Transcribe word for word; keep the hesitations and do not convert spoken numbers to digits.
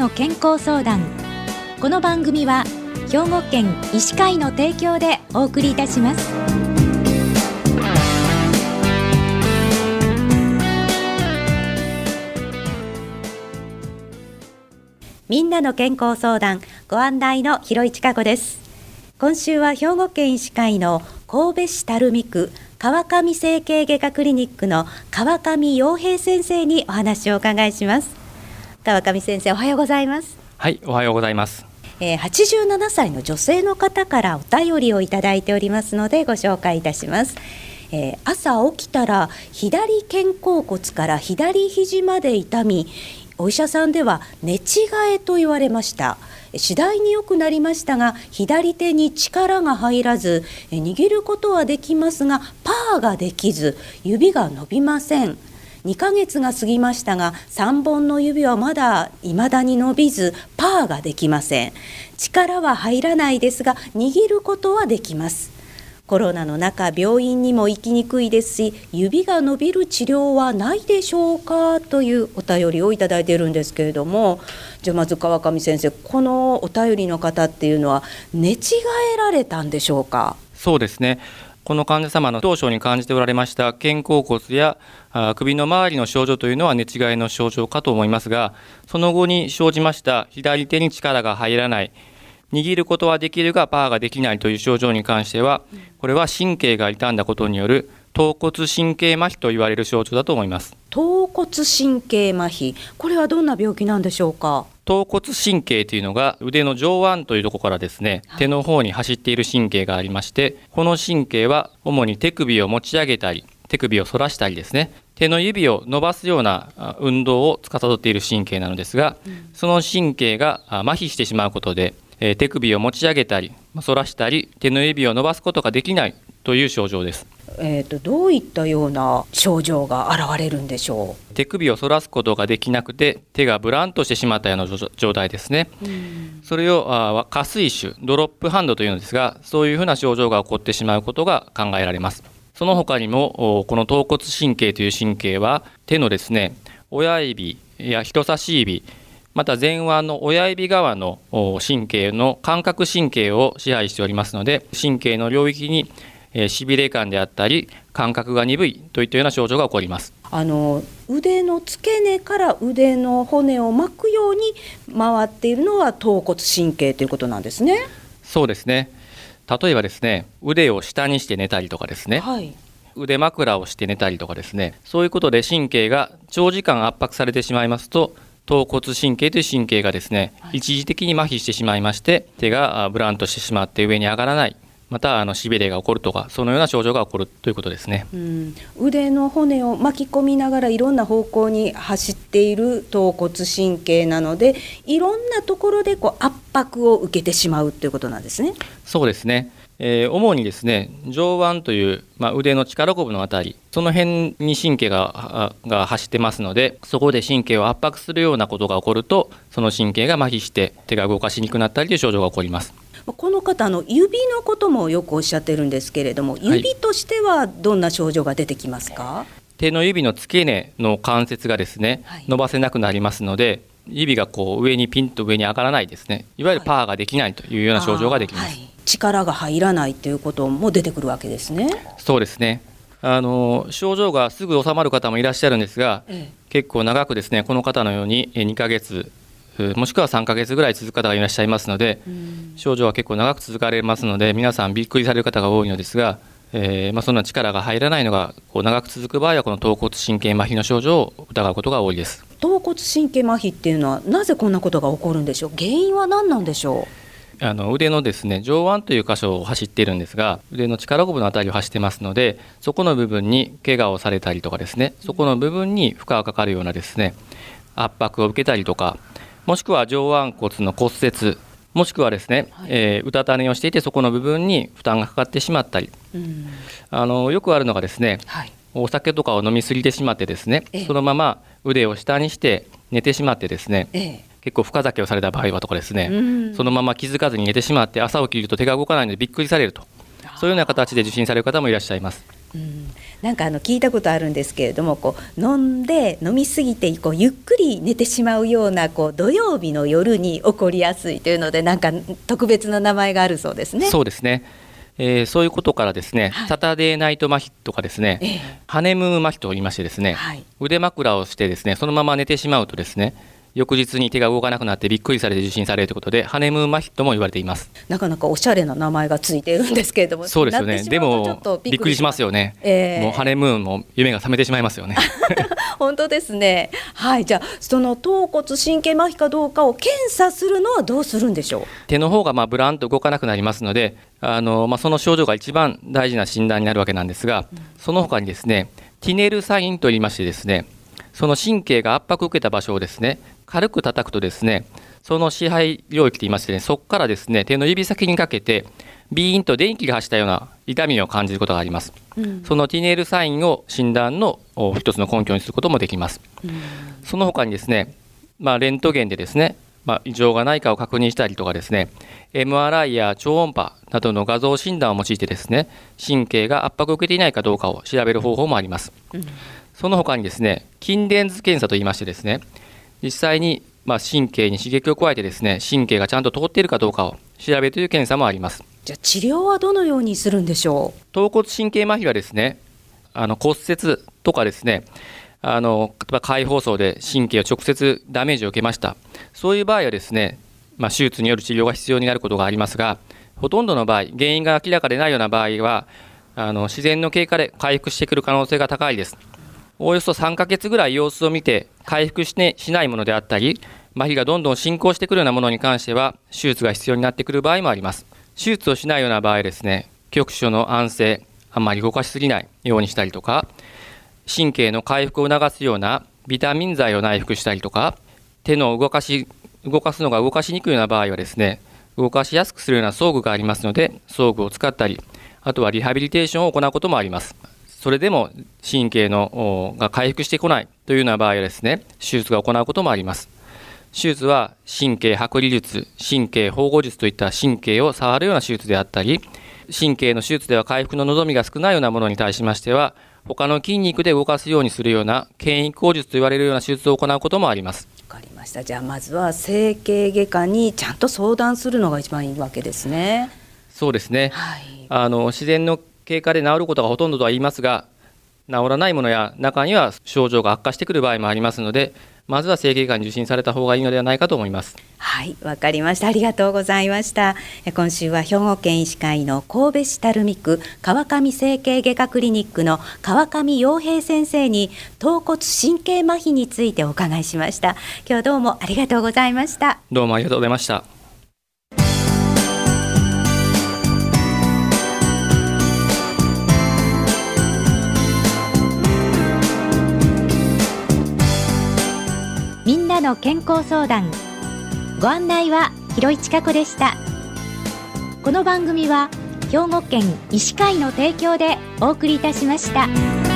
の健康相談。この番組は兵庫県医師会の提供でお送りいたします。みんなの健康相談、ご案内の広市加子です。今週は兵庫県医師会の神戸市垂水区川上整形外科クリニックの川上洋平先生にお話をお伺いします。川上先生、おはようございます。 はい、おはようございます。 えー、はちじゅうななさいの女性の方からお便りをいただいておりますのでご紹介いたします。えー、朝起きたら左肩甲骨から左肘まで痛み、お医者さんでは寝違えと言われました。次第に良くなりましたが、左手に力が入らず、握ることはできますがパーができず、指が伸びません。にかげつが過ぎましたが、さんぼんの指はまだ未だに伸びず、パーができません。力は入らないですが握ることはできます。コロナの中、病院にも行きにくいですし、指が伸びる治療はないでしょうか、というお便りをいただいているんですけれども、じゃあまず川上先生、このお便りの方っていうのは寝違えられたんでしょうか。 そうですね、この患者様の当初に感じておられました肩甲骨やあ首の周りの症状というのは寝違えの症状かと思いますが、その後に生じました左手に力が入らない、握ることはできるがパーができないという症状に関しては、これは神経が傷んだことによる橈骨神経麻痺と言われる症状だと思います。 橈骨神経麻痺、これはどんな病気なんでしょうか。 橈骨神経というのが腕の上腕というところからですね、手の方に走っている神経がありまして、この神経は主に手首を持ち上げたり手首を反らしたりですね、手の指を伸ばすような運動を司っている神経なのですが、うん、その神経が麻痺してしまうことで、えー、手首を持ち上げたり反らしたり手の指を伸ばすことができないという症状です。 えーと、どういったような症状が現れるんでしょう。 手首を反らすことができなくて手がブランとしてしまったような状態ですね。うん、それをあ下垂手ドロップハンドというのですが、そういうふうな症状が起こってしまうことが考えられます。その他にもこの橈骨神経という神経は手のですね、親指や人差し指、また前腕の親指側の神経の感覚神経を支配しておりますので、神経の領域にしびれ感であったり感覚が鈍いといったような症状が起こります。 あの腕の付け根から腕の骨を巻くように回っているのは橈骨神経ということなんですね。 そうですね。例えばですね、腕を下にして寝たりとかですね、はい、腕枕をして寝たりとかですね、そういうことで神経が長時間圧迫されてしまいますと、橈骨神経という神経がですね、はい、一時的に麻痺してしまいまして、手がブランとしてしまって上に上がらない、またあのしびれが起こるとか、そのような症状が起こるということですね。 うん、腕の骨を巻き込みながらいろんな方向に走っている橈骨神経なので、いろんなところでこう圧迫を受けてしまうということなんですね。 そうですね。えー、主にですね、上腕という、まあ、腕の力こぶのあたり、その辺に神経が、が走ってますので、そこで神経を圧迫するようなことが起こると、その神経が麻痺して手が動かしにくくなったりという症状が起こります。 この方の指のこともよくおっしゃってるんですけれども、指としてはどんな症状が出てきますか。はい、 手の指の付け根の関節がですね、はい、伸ばせなくなりますので、指がこう上にピンと上に上がらないですね、いわゆるパーができないというような症状ができます。はい、 力が入らないということも出てくるわけですね。 そうですね。あの症状がすぐ収まる方もいらっしゃるんですが、ええ、結構長くですね、この方のようににかげつもしくはさんかげつぐらい続く方がいらっしゃいますので、うん、症状は結構長く続かれますので、皆さんびっくりされる方が多いのですが、えーまあ、そんな力が入らないのがこう長く続く場合は、この橈骨神経麻痺の症状を疑うことが多いです。 橈骨神経麻痺っていうのはなぜこんなことが起こるんでしょう。原因は何なんでしょう。あの腕のですね、上腕という箇所を走っているんですが、腕の力こぶのあたりを走ってますので、そこの部分に怪我をされたりとかですね、そこの部分に負荷がかかるようなですね、圧迫を受けたりとか、もしくは上腕骨の骨折、もしくはですね、はい、えー、うたた寝をしていてそこの部分に負担がかかってしまったり、うん、あのよくあるのがですね、はい、お酒とかを飲みすぎてしまってですね、ええ、そのまま腕を下にして寝てしまってですね、ええ、結構深酒をされた場合はとかですね、うん、そのまま気づかずに寝てしまって朝起きると手が動かないのでびっくりされると、そういうような形で受診される方もいらっしゃいます。 うん、なんかあの聞いたことあるんですけれども、こう飲んで飲みすぎてこうゆっくり寝てしまうようなこう土曜日の夜に起こりやすいというので、なんか特別な名前があるそうですね。 そうですね、えー、そういうことからですね、はい、サタデーナイト麻痺とかですね、えー、ハネムーン麻痺と言いましてですね、はい、腕枕をしてですねそのまま寝てしまうとですね、翌日に手が動かなくなってびっくりされて受診されるということで、ハネムーン麻痺とも言われています。 なかなかおしゃれな名前がついているんですけれども、 そうですよね。でもびっくりしますよね、えー、もうハネムーンも夢が覚めてしまいますよね本当ですね。はい、じゃあその頭骨神経麻痺かどうかを検査するのはどうするんでしょう。 手の方がまあブランと動かなくなりますので、あの、まあ、その症状が一番大事な診断になるわけなんですが、うん、その他にですねティネルサインといいましてですね、その神経が圧迫を受けた場所をですね軽く叩くとですね、その支配領域といいましてね、そこからですね手の指先にかけてビーンと電気が走ったような痛みを感じることがあります、うん、そのティネールサインを診断の一つの根拠にすることもできます、うん、その他にですね、まあ、レントゲンでですね、まあ、異常がないかを確認したりとかですね、 エムアールアイ や超音波などの画像診断を用いてですね、神経が圧迫を受けていないかどうかを調べる方法もあります、うん、その他にですね筋電図検査といいましてですね、実際にまあ神経に刺激を加えてですね、神経がちゃんと通っているかどうかを調べるという検査もあります。 じゃあ治療はどのようにするんでしょう。 頭骨神経麻痺はですね、あの骨折とかですね、あの例えば開放層で神経を直接ダメージを受けました、そういう場合はですね、まあ、手術による治療が必要になることがありますが、ほとんどの場合原因が明らかでないような場合はあの自然の経過で回復してくる可能性が高いです。おおよそさんかげつぐらい様子を見て回復し、ね、しないものであったり、麻痺がどんどん進行してくるようなものに関しては手術が必要になってくる場合もあります。手術をしないような場合ですね、局所の安静、あんまり動かしすぎないようにしたりとか、神経の回復を促すようなビタミン剤を内服したりとか、手の動かし動かすのが動かしにくいような場合はですね、動かしやすくするような装具がありますので、装具を使ったり、あとはリハビリテーションを行うこともあります。それでも神経のが回復してこないというような場合はですね、手術が行うこともあります。手術は神経剥離術、神経保護術といった神経を触るような手術であったり、神経の手術では回復の望みが少ないようなものに対しましては、他の筋肉で動かすようにするような牽引工術と言われるような手術を行うこともあります。 わかりました。じゃあまずは整形外科にちゃんと相談するのが一番いいわけですね。 そうですね、はい、あの自然の経過で治ることがほとんどとは言いますが、治らないものや中には症状が悪化してくる場合もありますので、まずは整形外科に受診された方がいいのではないかと思います。 はい、わかりました。ありがとうございました。今週は兵庫県医師会の神戸市垂水区川上整形外科クリニックの川上洋平先生に頭骨神経麻痺についてお伺いしました。今日どうもありがとうございました。 どうもありがとうございました。 みんなの健康相談、ご案内は広井千佳子でした。この番組は兵庫県医師会の提供でお送りいたしました。